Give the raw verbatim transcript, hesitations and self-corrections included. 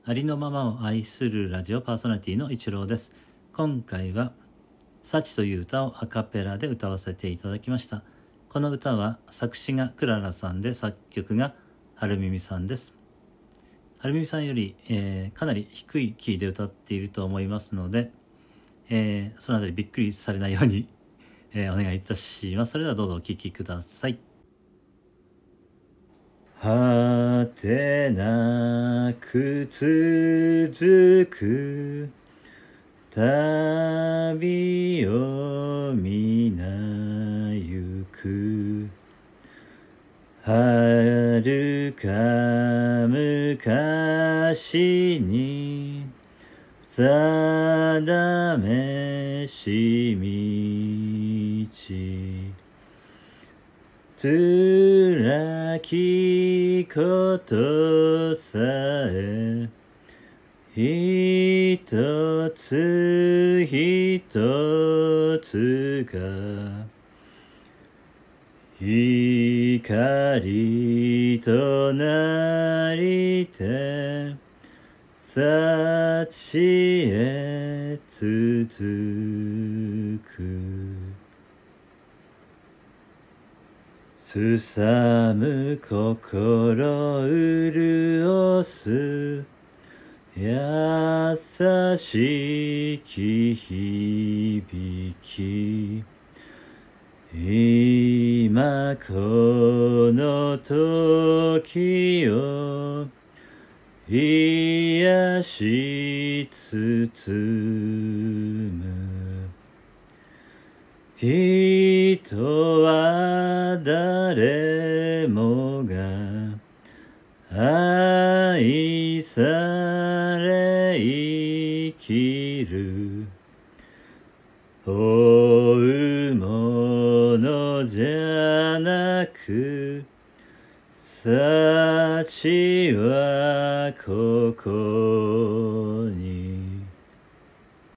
ありのままを愛するラジオパーソナリティの一郎です。今回は幸という歌をアカペラで歌わせていただきました。この歌は作詞がクララさんで作曲が春耳さんです。春耳さんより、えーかなり低いキーで歌っていると思いますので、えーそのあたりびっくりされないように、えーお願いいたします。それではどうぞお聴きください。果てなく続く旅を皆行く、遥か昔に定めし道、辛きことさえ一つ一つが光となりて幸へ続く、すさむ心潤す優しき響き、今この時を癒し包む、人は誰もが愛され生きる、追うものじゃなく幸はここに